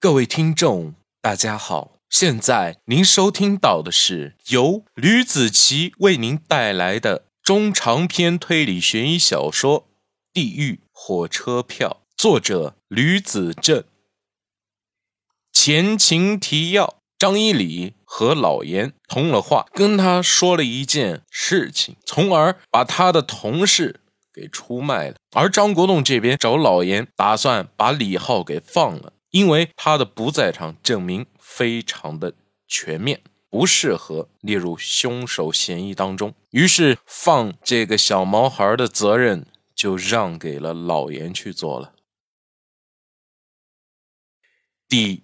各位听众大家好，现在您收听到的是由吕子奇为您带来的中长篇推理悬疑小说《地狱火车票》，作者吕子正。前情提要，张一礼和老严通了话，跟他说了一件事情，从而把他的同事给出卖了。而张国栋这边找老严，打算把李浩给放了，因为他的不在场证明非常的全面，不适合列入凶手嫌疑当中，于是放这个小毛孩的责任就让给了老严去做了。第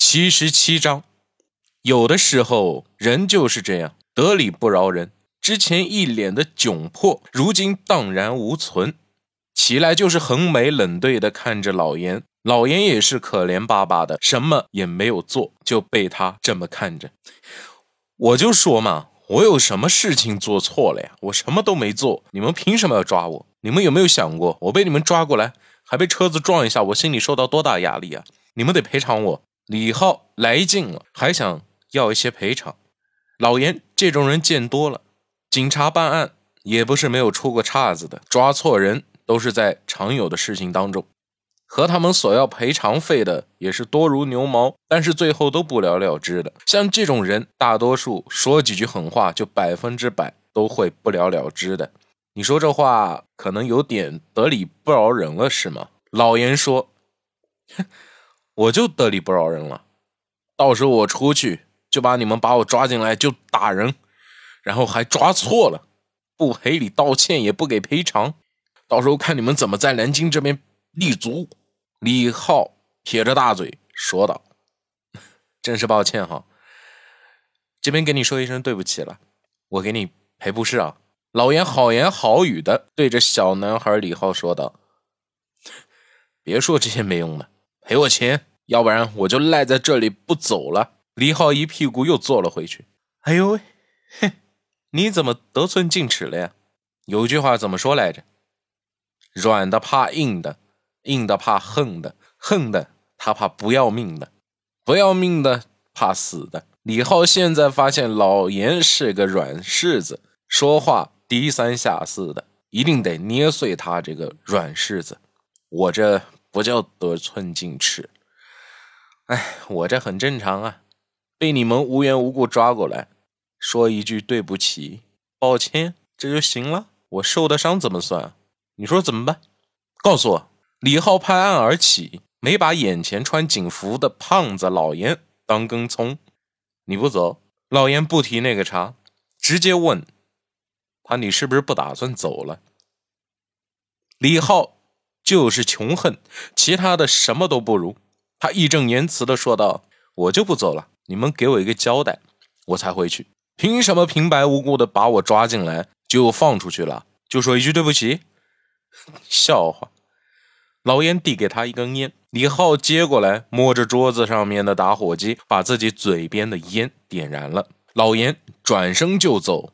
77章，有的时候人就是这样，得理不饶人。之前一脸的窘迫，如今荡然无存，起来就是横眉冷对的看着老严。老严也是可怜巴巴的，什么也没有做，就被他这么看着。我就说嘛，我有什么事情做错了呀？我什么都没做，你们凭什么要抓我？你们有没有想过，我被你们抓过来，还被车子撞一下，我心里受到多大压力啊？你们得赔偿我。李浩来劲了，还想要一些赔偿。老严这种人见多了，警察办案也不是没有出过岔子的，抓错人都是在常有的事情当中。和他们索要赔偿费的也是多如牛毛，但是最后都不了了之的。像这种人，大多数说几句狠话就100%都会不了了之的。你说这话可能有点得理不饶人了是吗？老严说，我就得理不饶人了，到时候我出去就把你们把我抓进来就打人，然后还抓错了，不赔礼道歉也不给赔偿，到时候看你们怎么在南京这边立足。李浩撇着大嘴说道，真是抱歉哈，这边跟你说一声对不起了，我给你赔不是啊。老严好言好语的对着小男孩李浩说道，别说这些没用的，赔我钱，要不然我就赖在这里不走了。李浩一屁股又坐了回去。哎呦喂，你怎么得寸进尺了呀？有句话怎么说来着？软的怕硬的，硬的怕横的，横的他怕不要命的，不要命的怕死的。李浩现在发现老严是个软柿子，说话低三下四的，一定得捏碎他这个软柿子。我这不叫得寸进尺，我这很正常啊，被你们无缘无故抓过来，说一句对不起抱歉这就行了，我受的伤怎么算？你说怎么办？告诉我。李浩拍案而起，没把眼前穿警服的胖子老严当根葱。你不走？老严不提那个茬，直接问他，你是不是不打算走了？李浩就是穷恨，其他的什么都不如。他义正言辞地说道，我就不走了，你们给我一个交代我才回去，凭什么平白无故的把我抓进来就放出去了？就说一句对不起？笑话。老严递给他一根烟，李浩接过来，摸着桌子上面的打火机，把自己嘴边的烟点燃了。老严转身就走。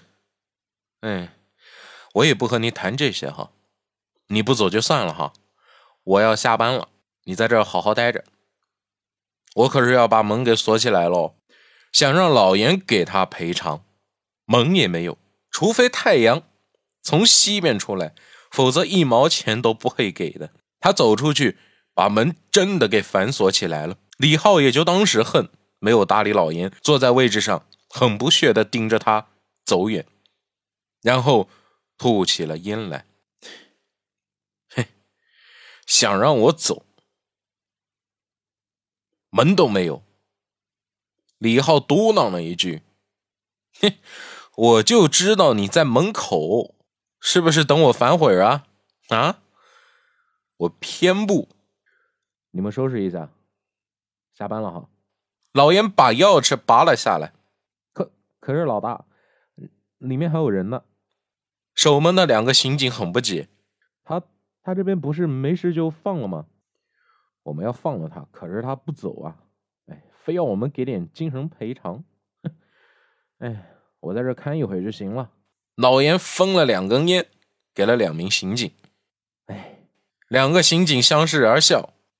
我也不和你谈这些哈，你不走就算了哈，我要下班了，你在这儿好好待着，我可是要把门给锁起来咯。想让老严给他赔偿，门也没有，除非太阳从西边出来，否则1毛钱都不会给的。他走出去，把门真的给反锁起来了。李浩也就当时恨，没有搭理老严，坐在位置上，很不屑地盯着他走远，然后吐起了烟来。想让我走，门都没有。李浩嘟囔了一句，我就知道你在门口，是不是等我反悔啊？我偏不。你们收拾一下，下班了哈。老严把钥匙拔了下来。可是老大，里面还有人呢。守门的2个刑警很不解，他这边不是没事就放了吗？我们要放了他，可是他不走啊，非要我们给点精神赔偿。我在这看一会就行了。老严分了2根烟，给了2名刑警。2个刑警相视而笑，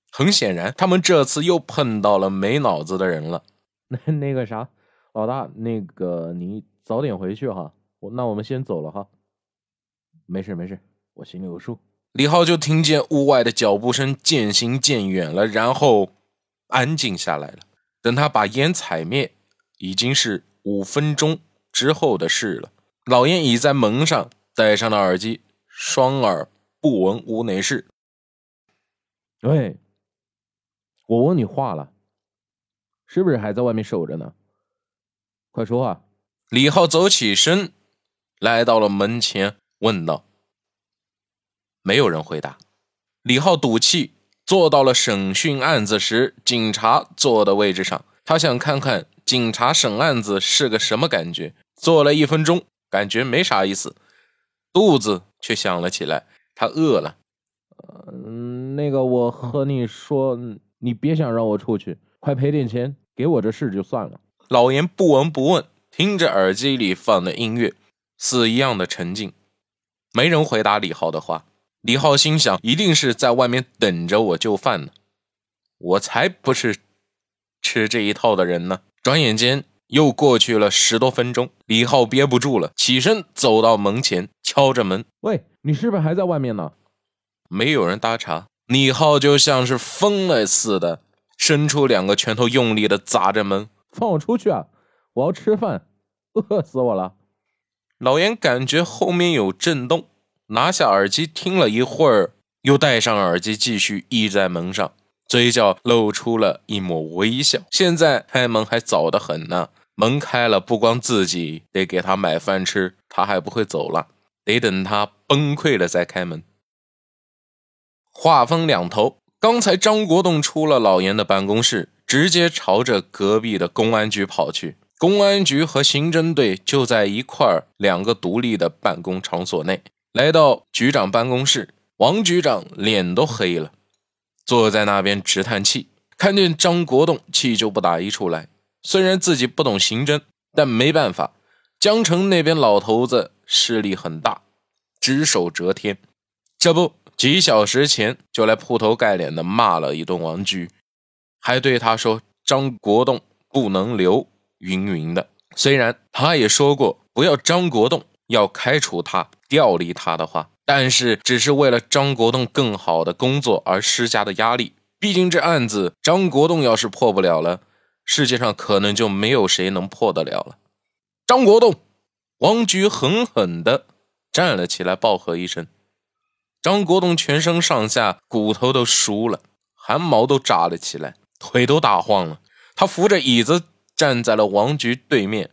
很显然，他们这次又碰到了没脑子的人了。 那个啥，老大，那个你早点回去哈，那我们先走了哈。没事没事，我心里有数。 李浩就听见屋外的脚步声渐行渐远了，然后安静下来了。等他把烟踩灭，已经是5分钟之后的事了。老烟倚在门上，戴上了耳机，双耳不闻屋内事。 喂，我问你话了，是不是还在外面守着呢？快说话。 李浩走起身，来到了门前，问道。没有人回答。李浩赌气坐到了审讯案子时警察坐的位置上，他想看看警察审案子是个什么感觉。坐了1分钟，感觉没啥意思，肚子却响了起来，他饿了。 那个我和你说，你别想让我出去，快赔点钱给我这事就算了。 老严不闻不问，听着耳机里放的音乐，死一样的沉静。没人回答李浩的话。李浩心想，一定是在外面等着我就范呢，我才不是吃这一套的人呢。转眼间又过去了10多分钟，李浩憋不住了，起身走到门前，敲着门。 喂，你是不是还在外面呢？ 没有人搭茬。李浩就像是疯了似的，伸出2个拳头用力的砸着门。 放我出去啊，我要吃饭，饿死我了。 老严感觉后面有震动，拿下耳机听了一会儿，又戴上耳机继续倚在门上，嘴角露出了一抹微笑。现在开门还早得很呢，门开了不光自己得给他买饭吃，他还不会走了，得等他崩溃了再开门。话分两头，刚才张国栋出了老严的办公室，直接朝着隔壁的公安局跑去。公安局和刑侦队就在一块2个独立的办公场所内。来到局长办公室，王局长脸都黑了，坐在那边直叹气。看见张国栋，气就不打一处来。虽然自己不懂刑侦，但没办法，江城那边老头子势力很大，只手遮天。这不，几小时前就来铺头盖脸的骂了一顿王局，还对他说张国栋不能留，云云的。虽然他也说过不要张国栋，要开除他，调离他的话，但是只是为了张国栋更好的工作而施加的压力。毕竟这案子张国栋要是破不了了，世界上可能就没有谁能破得了了。张国栋！王局狠狠地站了起来，暴喝一声。张国栋全身上下骨头都酥了，汗毛都炸了起来，腿都打晃了。他扶着椅子站在了王局对面。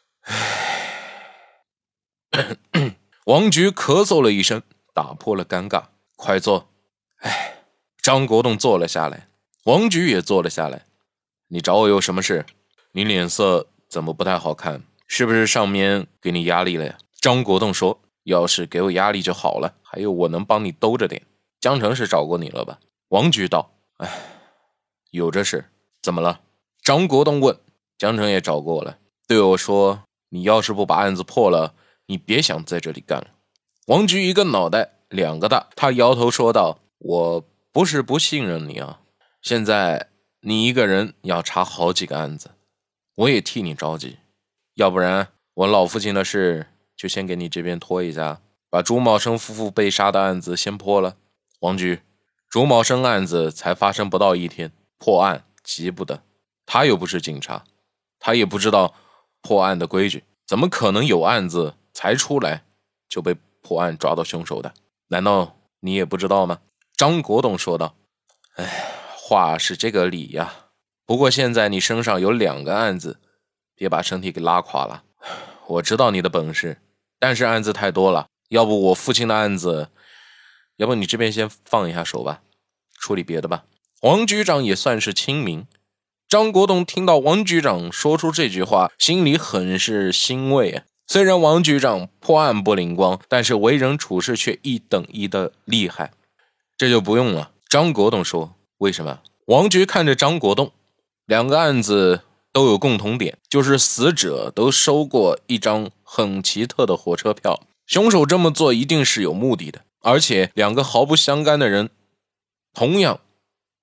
王局咳嗽了一声，打破了尴尬。快坐。张国栋坐了下来，王局也坐了下来。你找我有什么事？你脸色怎么不太好看？是不是上面给你压力了呀？张国栋说，要是给我压力就好了，还有我能帮你兜着点。江城是找过你了吧？王局道，有这事。怎么了？张国栋问。江城也找过我了，对我说，你要是不把案子破了，你别想在这里干了。王局一个脑袋2个大，他摇头说道，我不是不信任你啊，现在你一个人要查好几个案子，我也替你着急。要不然我老父亲的事就先给你这边拖一下，把朱茂生夫妇被杀的案子先破了。王局，朱茂生案子才发生不到1天，破案急不得。他又不是警察，他也不知道破案的规矩，怎么可能有案子才出来就被破案抓到凶手的？难道你也不知道吗？张国栋说道。话是这个理呀，不过现在你身上有2个案子，别把身体给拉垮了。我知道你的本事，但是案子太多了，要不我父亲的案子，要不你这边先放一下手吧，处理别的吧。王局长也算是亲民。张国栋听到王局长说出这句话，心里很是欣慰啊。虽然王局长破案不灵光，但是为人处事却1等1的厉害。这就不用了，张国栋说。为什么？王局看着张国栋，2个案子都有共同点，就是死者都收过一张很奇特的火车票，凶手这么做一定是有目的的，而且2个毫不相干的人同样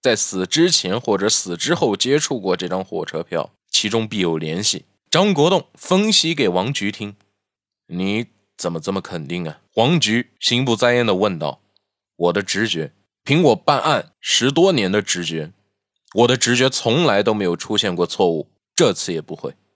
在死之前或者死之后接触过这张火车票，其中必有联系。张国栋分析给王菊听。你怎么这么肯定啊？王菊心不在焉地问道。我的直觉，凭我办案10多年的直觉，我的直觉从来都没有出现过错误，这次也不会。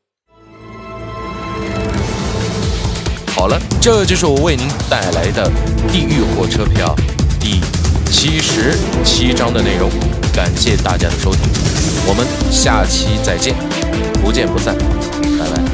好了，这就是我为您带来的《地狱火车票》第77章的内容，感谢大家的收听，我们下期再见，不见不散，拜拜。